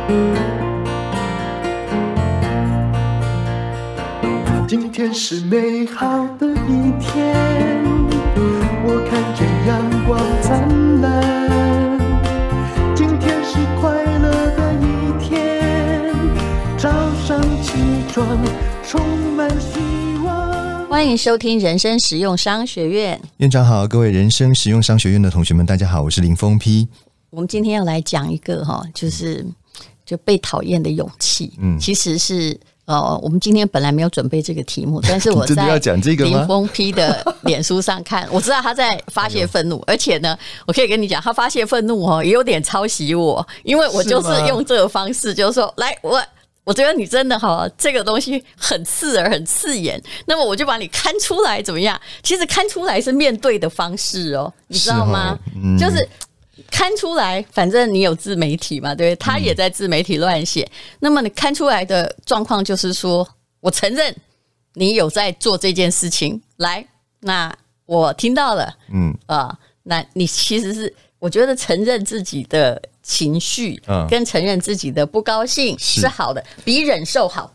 今天是美好的一天，我看见阳光灿烂。今天是快乐的一天，早上起床充满希望。 欢迎收听人生实用商学院。 院长好，各位人生实用商学院的同学们，大家好，我是林峰丕。 我们今天要来讲一个就被讨厌的勇气。其实是我们今天本来没有准备这个题目，但是我在林峰丕的脸书上看，我知道他在发泄愤怒，而且呢，我可以跟你讲，他发泄愤怒也有点抄袭我，因为我就是用这个方式，就是说，来我觉得你真的这个东西很刺耳、很刺眼，那么我就把你看出来，怎么样？其实看出来是面对的方式你知道吗？就是看出来，反正你有自媒体嘛，对不对？他也在自媒体乱写。那么你看出来的状况就是说，我承认你有在做这件事情，来，那我听到了，那你其实是我觉得承认自己的情绪，跟承认自己的不高兴是好的，比忍受好。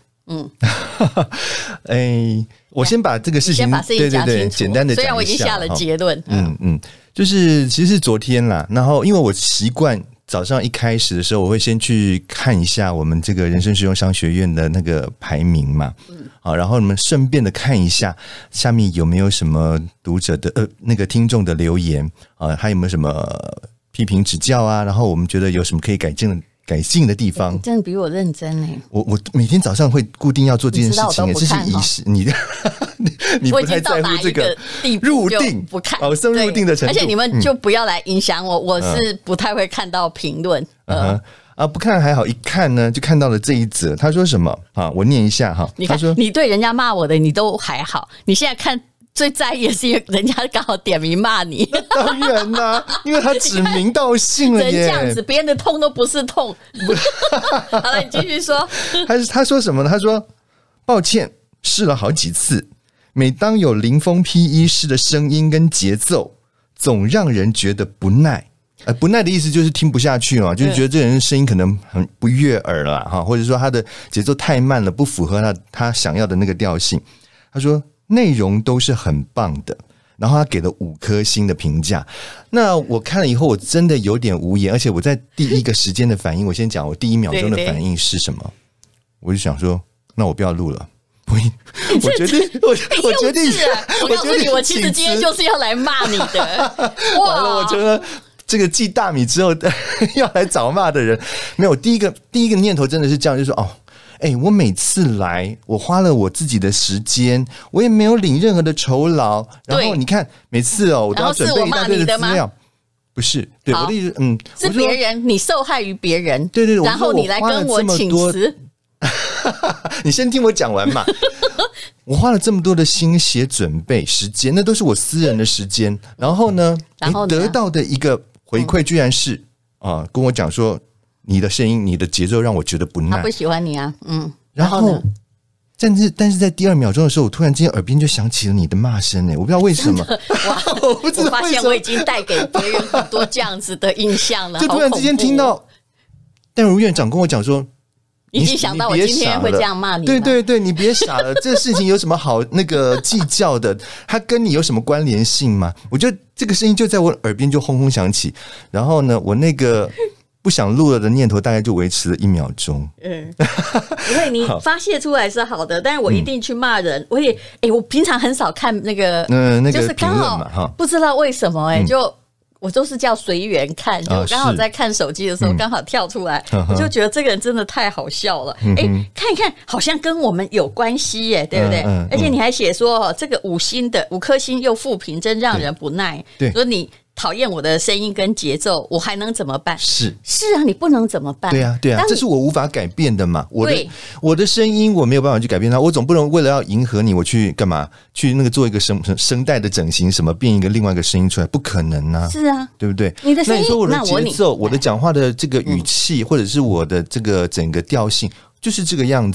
我先把这个事情讲清楚， 简单的讲一下， 虽然我已经下了结论， 就是其实是昨天啦，然后因为我习惯早上一开始的时候，我会先去看一下我们这个人生实用商学院的那个排名嘛，然后我们顺便的看一下下面有没有什么读者的那个听众的留言还有没有什么批评指教啊，然后我们觉得有什么可以改进的地方。 你真的比我认真我每天早上会固定要做这件事情，这是仪式。你不太在乎这个入定不看深入定的程度， 而且你们就不要来影响我，我是不太会看到评论。 不看还好，一看呢就看到了这一则。他说什么我念一下他说你对人家骂我的你都还好，你现在看最在意的是因为人家刚好点名骂你。 当然啦，因为他指名道姓了耶。 人这样子，别人的痛都不是痛。好了，你继续说。 他说什么呢？他说抱歉，试了好几次，每当有林峰丕医师的声音跟节奏，总让人觉得不耐。不耐的意思就是听不下去嘛，就是觉得这人的声音可能很不悦耳啦，或者说他的节奏太慢了，不符合他想要的那个调性。他说内容都是很棒的，然后他给了5颗星的评价。那我看了以后，我真的有点无言，而且我在第一个时间的反应，我先讲我第1秒钟的反应是什么？我就想说，那我不要录了。我决定，我告诉你，我其实今天就是要来骂你的。 完了，我觉得这个继大米之后要来找骂的人，没有第一个念头真的是这样，就是说我每次来，我花了我自己的时间，我也没有领任何的酬劳。然后你看，每次我都要准备一大堆的资料。不是，对我的意思， 是别人，你受害于别人， 对， 然后你来跟我请辞。 你先听我讲完嘛。我花了这么多的心血准备时间，那都是我私人的时间。然后呢，得到的一个回馈居然是跟我讲说，你的声音、你的节奏让我觉得不耐， 他不喜欢你啊， 然后呢？但是在第2秒钟的时候，我突然之间耳边就响起了你的骂声我不知道为什么。 我发现我已经带给别人很多这样子的印象了。 就突然之间听到淡如院长跟我讲说， 你已经想到我今天会这样骂你。 对，你别傻了，这个事情有什么好计较的？它跟你有什么关联性吗？我觉得这个声音就在我耳边就轰轰响起，然后呢，我那个不想录了的念头大概就维持了1秒钟。 因为你发泄出来是好的，但是我一定去骂人。我平常很少看那个就是刚好不知道为什么就我都是叫随缘看，就我刚好在看手机的时候刚好跳出来，我就觉得这个人真的太好笑了。看一看好像跟我们有关系耶，对不对？而且你还写说这个5颗星又负评，真让人不耐。 对， 说你讨厌我的声音跟节奏，我还能怎么办？ 是啊，你不能怎么办？ 对啊，这是我无法改变的嘛。我的声音我没有办法去改变它，我总不能为了要迎合你，我去干嘛？去做一个声带的整形，什么变一个另外一个声音出来，不可能啊！ 是啊， 对不对？ 你的声音， 那你说我的节奏，我的讲话的这个语气，或者是我的这个整个调性，就是这个样子。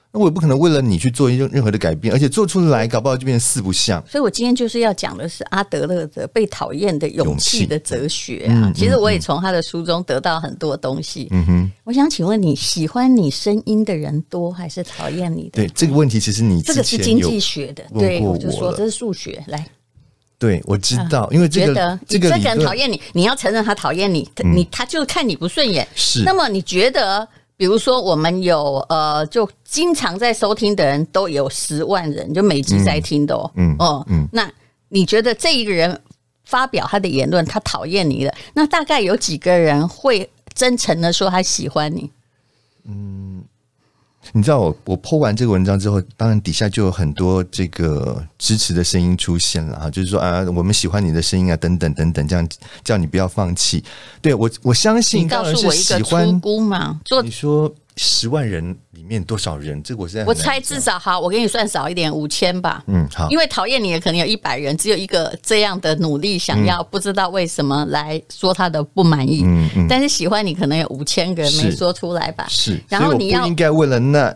那我也不可能为了你去做任何的改变，而且做出来搞不好就变成四不像。 所以我今天就是要讲的是阿德勒的被讨厌的勇气的哲学啊。其实我也从他的书中得到很多东西。我想请问你，喜欢你声音的人多还是讨厌你的？ 对这个问题，其实你之前这个是经济学的，对，我就说这是数学。来， 对我知道，因为这个人讨厌你，你要承认他讨厌你，他就看你不顺眼。 是， 那么你觉得？比如说，我们有就经常在收听的人都有10万人，就每集在听的那你觉得这一个人发表他的言论，他讨厌你了，那大概有几个人会真诚的说他喜欢你？ 你知道我 po 完这个文章之后，当然底下就有很多这个支持的声音出现了哈，就是说啊，我们喜欢你的声音啊，等等等等，这样叫你不要放弃。对我相信， 你告诉我一个粗估嘛？ 你说10万人里面多少人？这个我现在我猜至少好，我给你算少一点，5000吧。 好， 因为讨厌你的可能有100人，只有一个这样的努力想要不知道为什么来说他的不满意。但是喜欢你可能有5000个人没说出来吧？ 是， 然后你要不应该为了那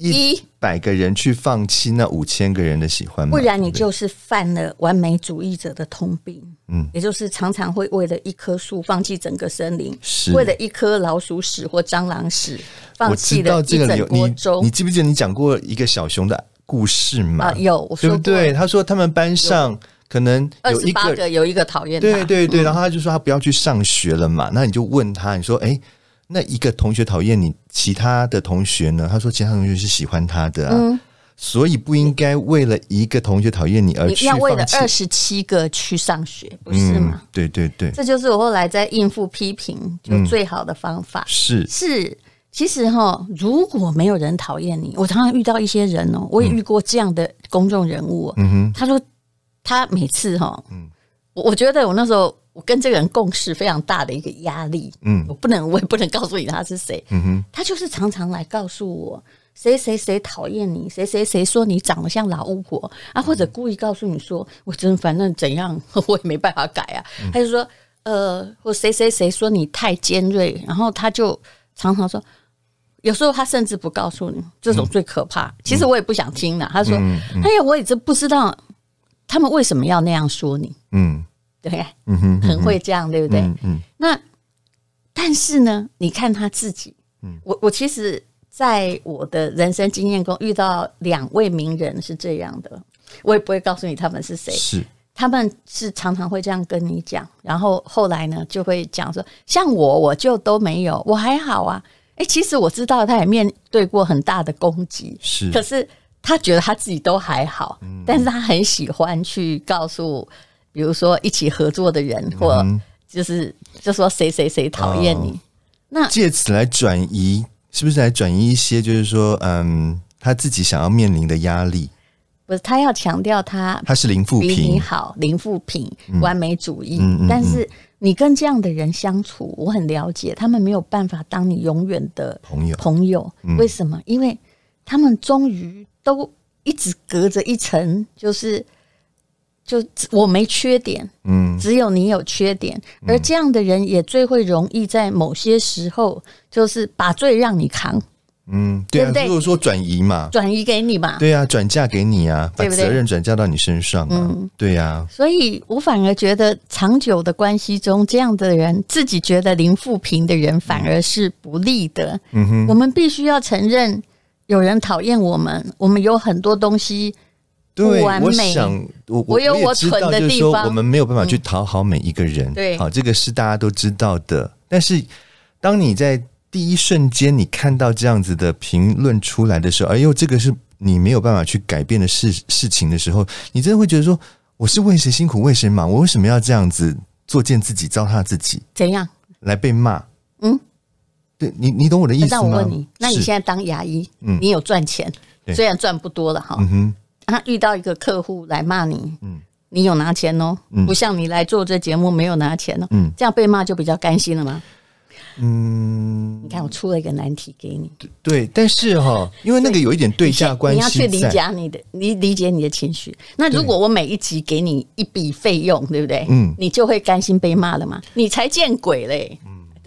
100个人去放弃那5000个人的喜欢吗？ 不然你就是犯了完美主义者的通病。也就是常常会为了一棵树放弃整个森林，为了一颗老鼠屎或蟑螂屎放弃了一整锅粥。 你记不记得你讲过一个小熊的故事嘛？ 有，我说过，对不对？他说他们班上可能有 28个有一个讨厌他， 对，然后他就说他不要去上学了嘛。那你就问他，你说那一个同学讨厌你，其他的同学呢？他说其他同学是喜欢他的啊。所以不应该为了一个同学讨厌你而去放弃， 你要为了27个去上学，不是吗？ 对， 这就是我后来在应付批评就最好的方法。 是， 其实如果没有人讨厌你，我常常遇到一些人我也遇过这样的公众人物。他说他每次我觉得我那时候我跟这个人共事非常大的一个压力。我也不能告诉你他是谁。他就是常常来告诉我。谁谁谁讨厌你，谁谁谁说你长得像老巫婆啊，或者故意告诉你说我真反正怎样我也没办法改啊。他就说或谁谁谁说你太尖锐，然后他就常常说，有时候他甚至不告诉你，这种最可怕。其实我也不想听了。他说哎呀，我也真不知道他们为什么要那样说你。对，很会这样，对不对？那但是呢，你看他自己，我其实在我的人生经验中遇到2位名人是这样的，我也不会告诉你他们是谁，他们是常常会这样跟你讲，然后后来呢就会讲说，像我就都没有，我还好啊。其实我知道他也面对过很大的攻击，可是他觉得他自己都还好，但是他很喜欢去告诉，比如说一起合作的人，或就说谁谁谁讨厌你，那借此来转移。是不是来转移一些，就是说，他自己想要面临的压力？不是， 他要强调他是零负评， 比你好，零负评，完美主义。但是你跟这样的人相处，我很了解，他们没有办法当你永远的朋友。为什么？因为他们终于都一直隔着一层，就我没缺点，只有你有缺点，而这样的人也最会容易在某些时候就是把罪让你扛， 对啊， 对不对？ 如果说转移嘛， 转移给你嘛， 对啊，转嫁给你啊，把责任转嫁到你身上啊，对啊。 所以我反而觉得长久的关系中，这样的人自己觉得零负评的人反而是不利的。我们必须要承认，有人讨厌我们，我们有很多东西。 对，我想我有我蠢的地方，就是说我们没有办法去讨好每一个人。 对， 好，这个是大家都知道的。但是当你在第一瞬间你看到这样子的评论出来的时候，哎呦，这个是你没有办法去改变的事情的时候，你真的会觉得说，我是为谁辛苦为谁忙？我为什么要这样子作践自己、糟蹋自己？ 怎样来被骂？对，你懂我的意思吗？ 那我问你，那你现在当牙医，你有赚钱，虽然赚不多了哈。遇到一个客户来骂你，你有拿钱哦，不像你来做这节目没有拿钱哦，这样被骂就比较甘心了吗？你看我出了一个难题给你。对， 但是因为那个有一点对价关系， 你要去理解你的情绪。那如果我每一集给你一笔费用，对不对？你就会甘心被骂了吗？你才见鬼嘞！对不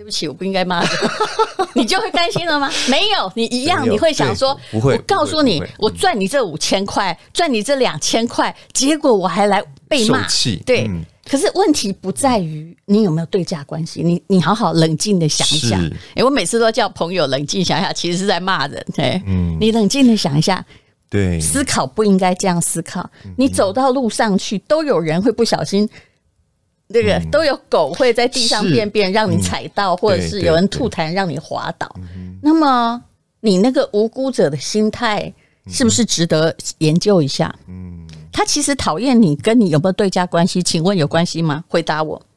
不起，我不应该骂人，你就会甘心了吗？没有，你一样，你会想说， 不会， 我告诉你，我赚你这5000块，赚你这2000块，结果我还来被骂，对。可是问题不在于你有没有对价关系，你好好冷静的想一想。我每次都叫朋友冷静想一下，其实是在骂人。你冷静的想一下， 对， 思考不应该这样思考。你走到路上去，都有人会不小心。这个都有狗会在地上便便让你踩到，或者是有人吐痰让你滑倒。那么你那个无辜者的心态是不是值得研究一下？他其实讨厌你，跟你有没有对价关系？请问有关系吗？回答我。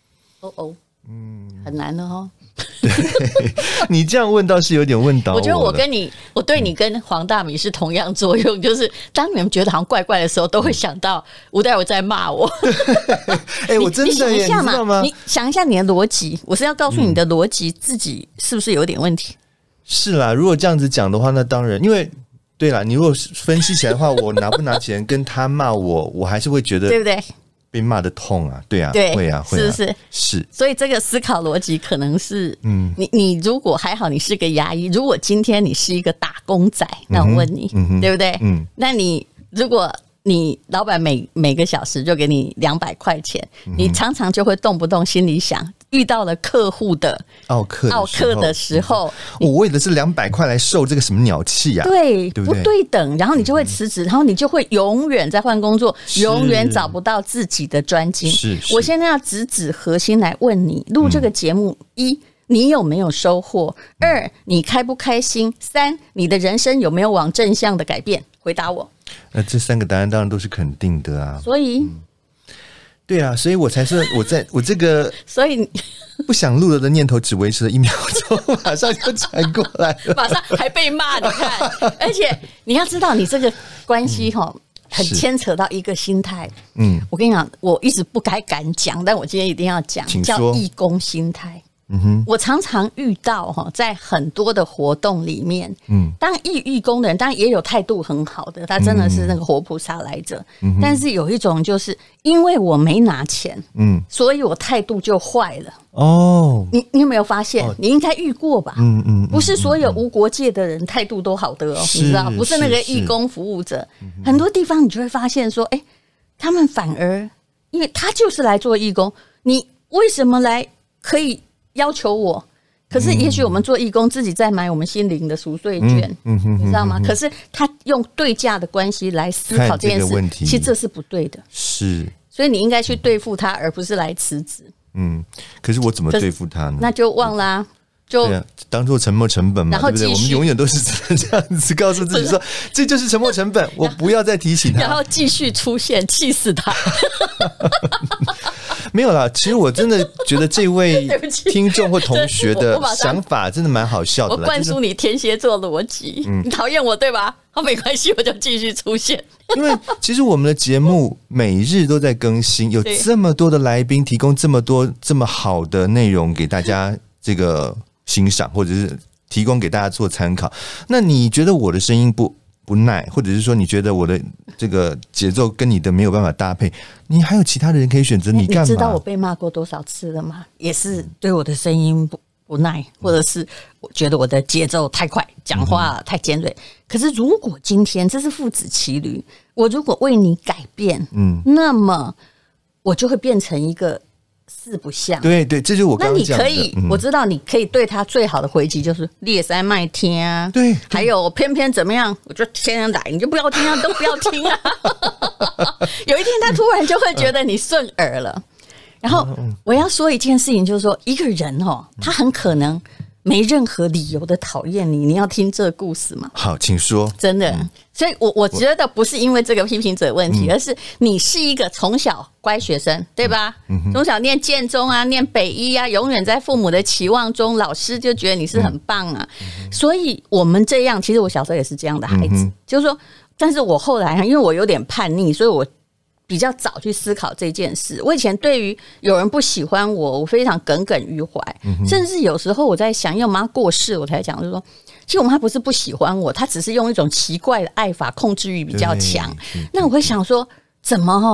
很难的哦。 对，你这样问倒是有点问倒我。 我觉得我对你跟黄大米是同样作用，就是当你们觉得好像怪怪的时候，都会想到吴代伟在骂我。 我真的你想一下嘛，你想一下你的逻辑，我是要告诉你的逻辑自己是不是有点问题？ 是啦，如果这样子讲的话，那当然，因为对啦，你如果分析起来的话，我拿不拿钱跟他骂我，我还是会觉得，对不对？被骂的痛啊，对啊，对，会啊，会啊，是不是？是，所以这个思考逻辑可能是，你如果还好，你是个牙医，如果今天你是一个打工仔，那我问你，对不对？那你如果你老板每个小时就给你200块钱，你常常就会动不动心里想，遇到了客户的傲客的时候，我为的是200块来受这个什么鸟气啊？ 对，不对等，然后你就会辞职，然后你就会永远在换工作，永远找不到自己的专精。我现在要直指核心来问你，录这个节目，一，你有没有收获？2，你开不开心？3，你的人生有没有往正向的改变？回答我。 这3个答案当然都是肯定的啊。 所以。 对啊，所以我才说我这个， 所以不想录了的念头只维持了1秒钟，马上就转过来了， 马上还被骂。你看，而且你要知道，你这个关系很牵扯到一个心态。我跟你讲，我一直不敢讲，但我今天一定要讲，叫义工心态。我常常遇到在很多的活动里面，当义工的人当然也有态度很好的，他真的是那个活菩萨来着。但是有一种就是因为我没拿钱，所以我态度就坏了。哦，你有没有发现？你应该遇过吧？不是所有无国界的人态度都好的哦，你知道，不是那个义工服务者，很多地方你就会发现说，他们反而因为他就是来做义工，你为什么来可以要求我？可是也许我们做义工自己在买我们心灵的赎罪券，你知道吗？可是他用对价的关系来思考这件事，其实这是不对的。是，所以你应该去对付他，而不是来辞职。 可是我怎么对付他呢？ 那就忘啦，就当做沉没成本嘛，对不对？我们永远都是这样子告诉自己说，这就是沉没成本，我不要再提醒他， 然后继续出现，气死他。 没有啦，其实我真的觉得这位听众或同学的想法真的蛮好笑的。 我灌输你天蝎座逻辑，你讨厌我对吧？好，没关系，我就继续出现。 因为其实我们的节目每日都在更新，有这么多的来宾提供这么多这么好的内容给大家这个欣赏，或者是提供给大家做参考。那你觉得我的声音不耐，或者是说你觉得我的这个节奏跟你的没有办法搭配，你还有其他的人可以选择，你干嘛？ 你知道我被骂过多少次了吗？也是对我的声音不耐，或者是我觉得我的节奏太快，讲话太尖锐。可是如果今天这是父子骑驴，我如果为你改变，那么我就会变成一个四不像。对对，这就是我刚刚讲的。那你可以，我知道你可以对他最好的回击就是列塞麦听啊，对，还有偏偏怎么样，我就天天来，你就不要听啊，都不要听啊。有一天他突然就会觉得你顺耳了。然后我要说一件事情，就是说一个人他很可能没任何理由的讨厌你，你要听这个故事吗？好，请说。真的，所以我觉得不是因为这个批评者问题，而是你是一个从小乖学生，对吧？从小念建中啊，念北一啊，永远在父母的期望中，老师就觉得你是很棒啊。所以我们这样，其实我小时候也是这样的孩子，就是说，但是我后来因为我有点叛逆，所以我比较早去思考这件事。我以前对于有人不喜欢我非常耿耿于怀，甚至有时候我在想，因为我妈过世，我才讲，就是说，其实我妈不是不喜欢我，她只是用一种奇怪的爱法，控制欲比较强。那我会想说，怎么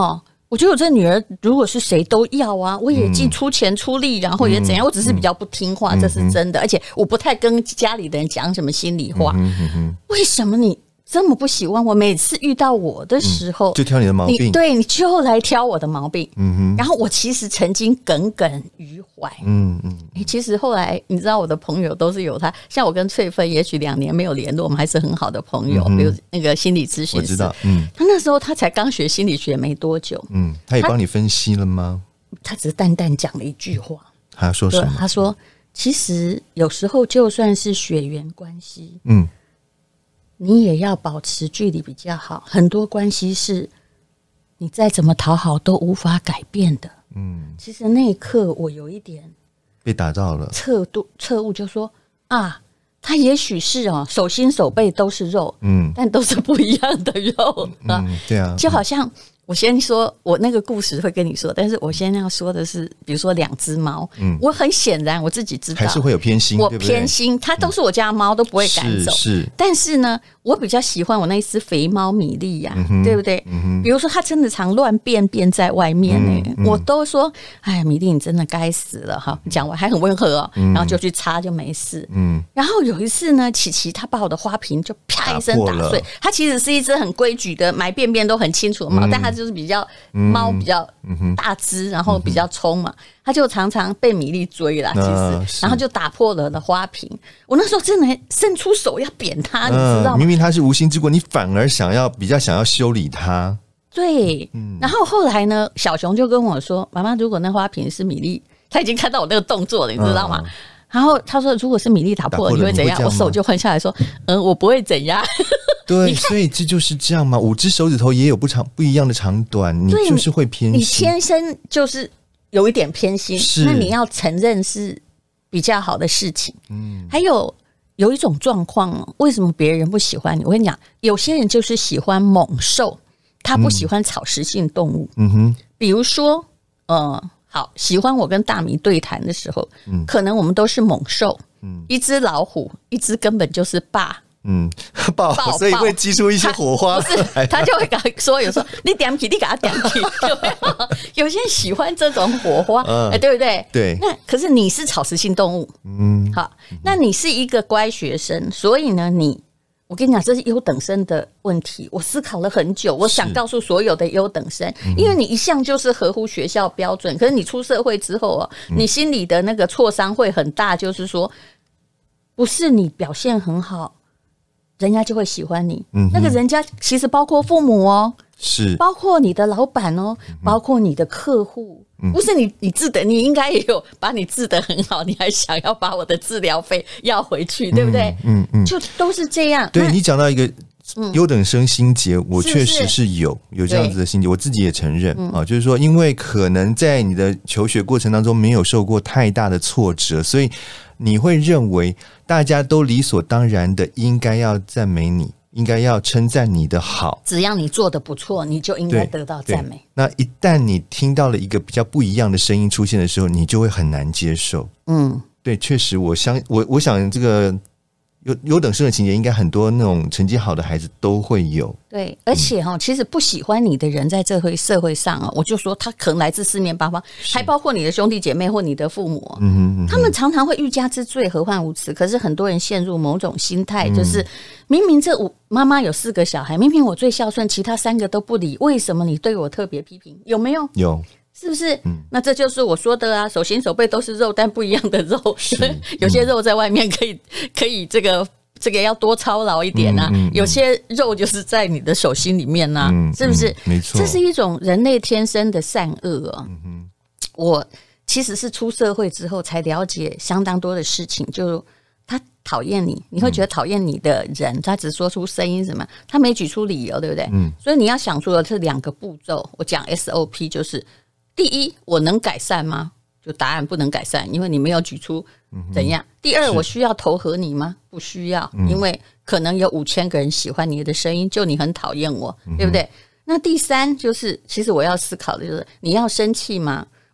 我觉得我这女儿如果是谁都要啊，我也既出钱出力，然后也怎样，我只是比较不听话，这是真的，而且我不太跟家里的人讲什么心里话。为什么你这么不喜欢我？每次遇到我的时候， 就挑你的毛病， 对，你就来挑我的毛病。然后我其实曾经耿耿于怀。其实后来你知道，我的朋友都是有他，像我跟翠芬，也许2年没有联络，我们还是很好的朋友。比如那个心理咨询师，我知道， 他那时候他才刚学心理学没多久， 他也帮你分析了吗？ 他只是淡淡讲了一句话， 他说什么？ 他说，其实有时候就算是血缘关系，你也要保持距离比较好。很多关系是你再怎么讨好都无法改变的。其实那一刻我有一点被打到了， 彻悟，就说啊，他也许是手心手背都是肉，但都是不一样的肉对啊， 就好像。我先说，我那个故事会跟你说，但是我先要说的是，比如说2只猫，我很显然我自己知道， 还是会有偏心， 我偏心，它都是我家的猫，都不会赶走。 是， 但是呢，我比较喜欢我那一只肥猫米粒呀，对不对？比如说它真的常乱便在外面呢，我都说，哎，米粒你真的该死了哈！讲完还很温和哦，然后就去擦就没事。然后有一次呢，琪琪它把我的花瓶就啪一声打碎，它其实是一只很规矩的，买便都很清楚的猫，但它就是比较猫比较大只，然后比较冲嘛，他就常常被米粒追啦，其实，然后就打破了的花瓶。我那时候真的伸出手要扁他，你知道吗？ 明明他是无心之过，你反而比较想要修理他。 对，然后后来呢，小熊就跟我说：“妈妈，如果那花瓶是米粒，他已经看到我那个动作了，你知道吗？”然后他说：“如果是米粒打破了，你会怎样？”我手就换下来说：“我不会怎样。” 对，所以这就是这样嘛。5只手指头也有不一样的长短，你就是会偏心， 你天生就是有一点偏心，那你要承认是比较好的事情。还有一种状况，为什么别人不喜欢你？我跟你讲，有些人就是喜欢猛兽，他不喜欢草食性动物。比如说，好，喜欢我跟大米对谈的时候，可能我们都是猛兽，一只老虎，一只根本就是霸。 爆，所以会激出一些火花。 不是，他就会说，有时候你点起，你给他点起，有没有？有些人喜欢这种火花，对不对？ 对。 那可是你是草食性动物，好，那你是一个乖学生，所以呢，我跟你讲，这是优等生的问题。我思考了很久，我想告诉所有的优等生，因为你一向就是合乎学校标准，可是你出社会之后你心里的那个挫伤会很大，就是说，不是你表现很好。人家就会喜欢你，那个人家其实包括父母是包括你的老板包括你的客户，不是你治的，你应该也有把你治得很好，你还想要把我的治疗费要回去，对不对？就都是这样。 对，你讲到一个优等生心结，我确实是有这样子的心结，我自己也承认就是说，因为可能在你的求学过程当中没有受过太大的挫折，所以你会认为大家都理所当然的应该要赞美你，应该要称赞你的好， 只要你做得不错，你就应该得到赞美。 那一旦你听到了一个比较不一样的声音出现的时候，你就会很难接受。对，确实，我想这个优等生的情节，应该很多那种成绩好的孩子都会有。 对，而且其实不喜欢你的人在这个社会上我就说他可能来自四面八方，还包括你的兄弟姐妹或你的父母他们常常会欲加之罪，何患无辞。可是很多人陷入某种心态，就是明明妈妈有4个小孩，明明我最孝顺，其他3个都不理，为什么你对我特别批评？有没有？ 有。 是不是？那这就是我说的手心手背都是肉，但不一样的肉。有些肉在外面可以这个要多操劳一点有些肉就是在你的手心里面是不是？ 没错， 这是一种人类天生的善恶我其实是出社会之后才了解相当多的事情，就他讨厌你，你会觉得讨厌你的人，他只说出声音什么，他没举出理由，对不对？所以你要想出的是2个步骤。我讲 SOP 就是。第一，我能改善吗？就答案不能改善，因为你没有举出怎样。第二，我需要投合你吗？不需要，因为可能有5000个人喜欢你的声音，就你很讨厌我，对不对？那第三就是，其实我要思考的就是，你要生气吗？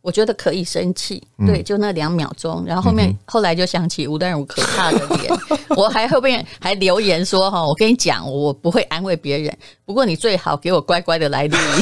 我觉得可以生气，对，就那2秒钟，然后后来就想起吴淡如可怕的脸，我后面还留言说我跟你讲，我不会安慰别人，不过你最好给我乖乖的来录音，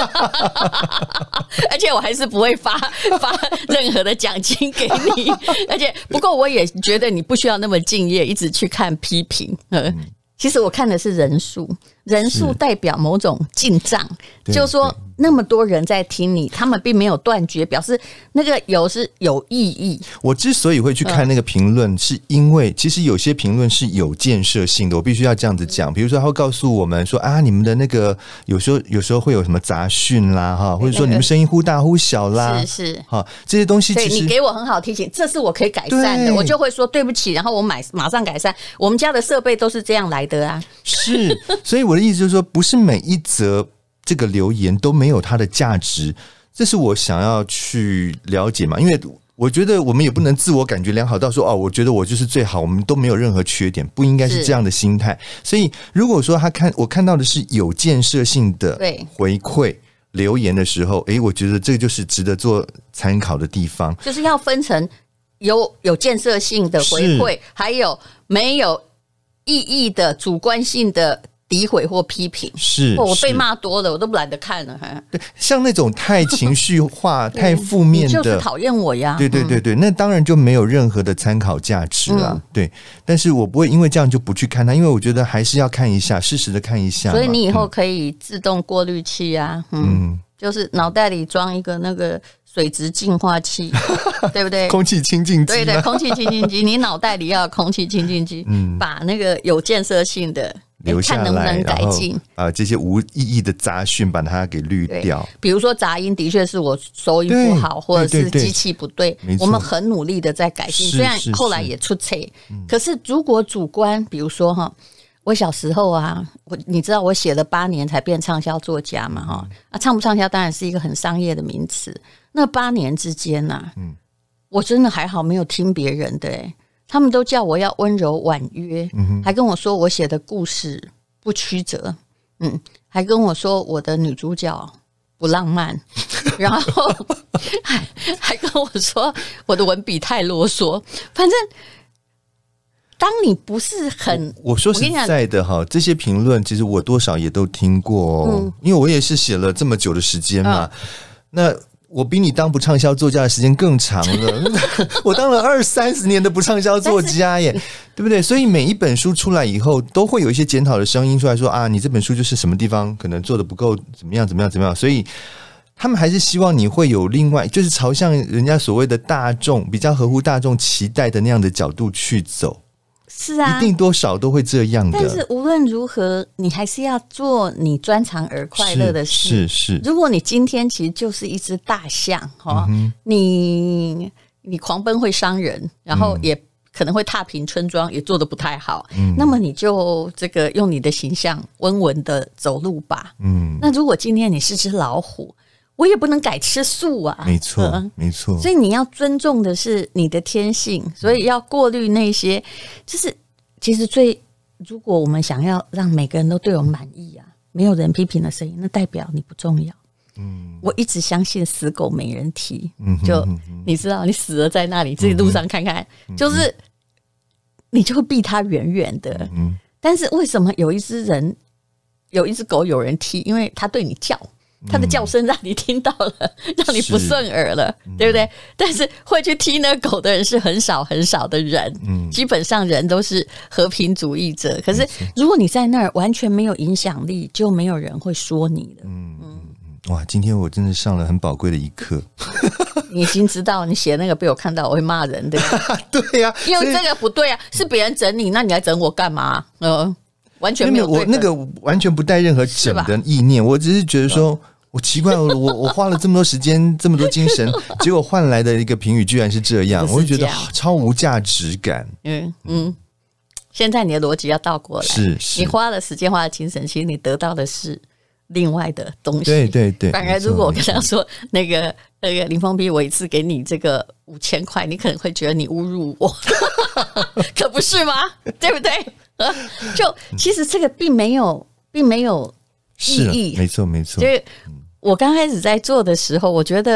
而且我还是不会发任何的奖金给你，而且不过我也觉得你不需要那么敬业，一直去看批评。其实我看的是人数代表某种进账，就是说那么多人在听你，他们并没有断绝，表示那个是有意义。我之所以会去看那个评论，是因为其实有些评论是有建设性的，我必须要这样子讲。比如说他会告诉我们说啊，你们的那个有时候会有什么杂讯啦，或者说你们声音忽大忽小啦， 是这些东西其实你给我很好提醒，这是我可以改善的，我就会说对不起，然后我马上改善。我们家的设备都是这样来的啊， 是，所以我的意思就是说，不是每一则这个留言都没有它的价值，这是我想要去了解嘛。因为我觉得我们也不能自我感觉良好到说我觉得我就是最好，我们都没有任何缺点，不应该是这样的心态。所以如果说我看到的是有建设性的回馈留言的时候，我觉得这就是值得做参考的地方， 就是要分成有建设性的回馈，还有没有意义的主观性的诋毁或批评。 是我被骂多了，我都不懒得看了。 对，像那种太情绪化太负面的， 你就是讨厌我呀。 对，那当然就没有任何的参考价值了。对，但是我不会因为这样就不去看它，因为我觉得还是要看一下，适时的看一下。 所以你以后可以自动过滤器啊，就是脑袋里装一个那个水质净化器，对不对？ 空气清净机， 对，空气清净机，你脑袋里要有空气清净机，把那个有建设性的留下来， 看能不能改进， 这些无意义的杂讯把它给滤掉。 比如说杂音的确是我收音不好，或者是机器不对，我们很努力的在改进，虽然后来也出错，可是如果主观，比如说我小时候你知道我写了8年才变畅销作家嘛畅不畅销当然是一个很商业的名词。那8年之间我真的还好没有听别人的他们都叫我要温柔婉约，还跟我说我写的故事不曲折，还跟我说我的女主角不浪漫，然后还跟我说我的文笔太啰嗦，反正。当你不是很， 我说实在的这些评论其实我多少也都听过因为我也是写了这么久的时间嘛，那我比你当不畅销作家的时间更长了我当了20-30年的不畅销作家耶，对不对？所以每一本书出来以后都会有一些检讨的声音出来说你这本书就是什么地方可能做的不够怎么样，所以他们还是希望你会有另外就是朝向人家所谓的大众比较合乎大众期待的那样的角度去走。 是啊， 一定多少都会这样的。 但是无论如何，你还是要做你专长而快乐的事。 是。 如果你今天其实就是一只大象你狂奔会伤人，然后也可能会踏平村庄，也做得不太好。那么你就用你的形象温文的走路吧。那如果今天你是只老虎，我也不能改吃素啊。 没错，没错。 所以你要尊重的是你的天性，所以要过滤那些，就是其实如果我们想要让每个人都对我满意没有人批评的声音，那代表你不重要。我一直相信死狗没人踢，就你知道，你死了在那里，自己路上看看，就是你就会避他远远的。但是为什么有一只狗有人踢？因为他对你叫。他的叫声让你听到了，让你不顺耳了，对不对？但是会去踢那狗的人是很少很少的人，基本上人都是和平主义者。可是如果你在那儿完全没有影响力，就没有人会说你了。 哇，今天我真的上了很宝贵的一课。 你已经知道，你写那个被我看到，我会骂人的。 对呀， 因为这个不对是别人整你，那你来整我干嘛？完全没有， 我那个完全不带任何整的意念，我只是觉得说。我奇怪，我花了这么多时间，这么多精神，结果换来的一个评语居然是这样，我就觉得超无价值感。 现在你的逻辑要倒过来， 是你花了时间，花了精神，其实你得到的是另外的东西。 对。 反而如果我跟他说那个林峰斌，我一次给你这个5000块，你可能会觉得你侮辱我，可不是吗？对不对？就其实这个并没有意义， 没错。 就是我刚开始在做的时候，我觉得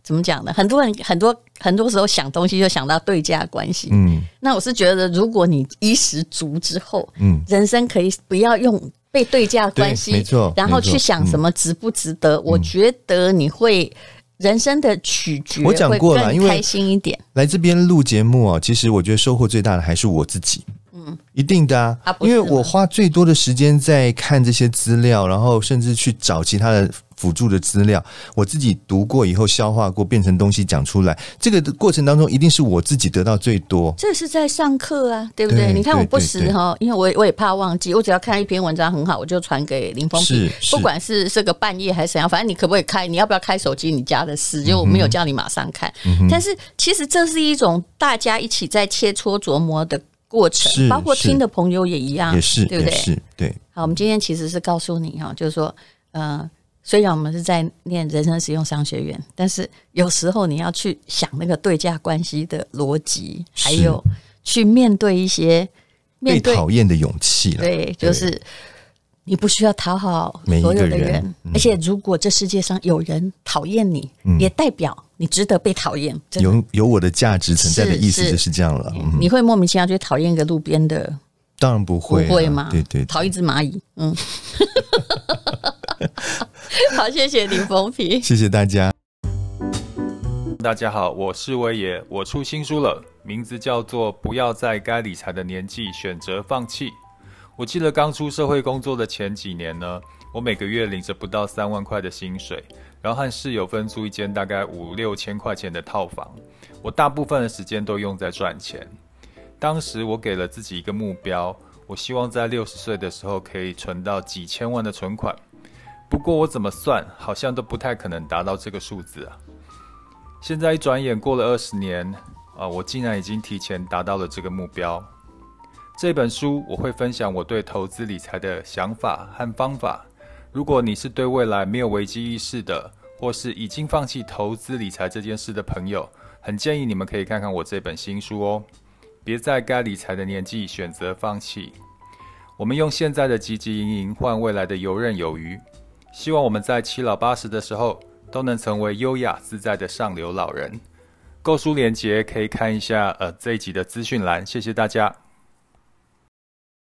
怎么讲呢？很多人很多时候想东西就想到对价关系。那我是觉得，如果你衣食足之后，人生可以不要用被对价关系， 没错， 然后去想什么值不值得。我觉得你会人生的取决我讲过了， 会更开心一点。 来这边录节目啊，其实我觉得收获最大的还是我自己。一定的啊，因为我花最多的时间在看这些资料，然后甚至去找其他的辅助的资料，我自己读过以后消化过，变成东西讲出来，这个过程当中一定是我自己得到最多。 这是在上课啊，对不对？你看我不时因为我也怕忘记，我只要看一篇文章很好，我就传给林峰皮，不管是这个半夜还是怎样，反正你可不可以开，你要不要开手机，你家的事，就我没有叫你马上看。但是其实这是一种大家一起在切磋琢磨的过程，包括听的朋友也一样， 也是， 对不对？ 是，对。 好，我们今天其实是告诉你就是说，虽然我们是在念人生实用商学院，但是有时候你要去想那个对价关系的逻辑，还有去面对一些被讨厌的勇气。 对，就是你不需要讨好所有的人，而且如果这世界上有人讨厌你，也代表你值得被讨厌。 有我的价值存在的意思就是这样了。 你会莫名其妙去讨厌一个路边的？ 当然不会， 不会吗？ 对， 讨一只蚂蚁。好，谢谢林峰皮， 谢谢大家。 大家好，我是威爷，我出新书了，名字叫做《不要在该理财的年纪选择放弃》。我记得刚出社会工作的前几年呢，我每个月领着不到3万块的薪水，然后和室友分租一间大概5-6千块钱的套房。我大部分的时间都用在赚钱。当时我给了自己一个目标，我希望在60岁的时候可以存到几千万的存款。不过我怎么算，好像都不太可能达到这个数字啊。现在一转眼过了20年，我竟然已经提前达到了这个目标。这本书我会分享我对投资理财的想法和方法。如果你是对未来没有危机意识的，或是已经放弃投资理财这件事的朋友，很建议你们可以看看我这本新书哦。别在该理财的年纪选择放弃。我们用现在的汲汲营营换未来的游刃有余。希望我们在7老80的时候都能成为优雅自在的上流老人。购书连结可以看一下这一集的资讯栏，谢谢大家。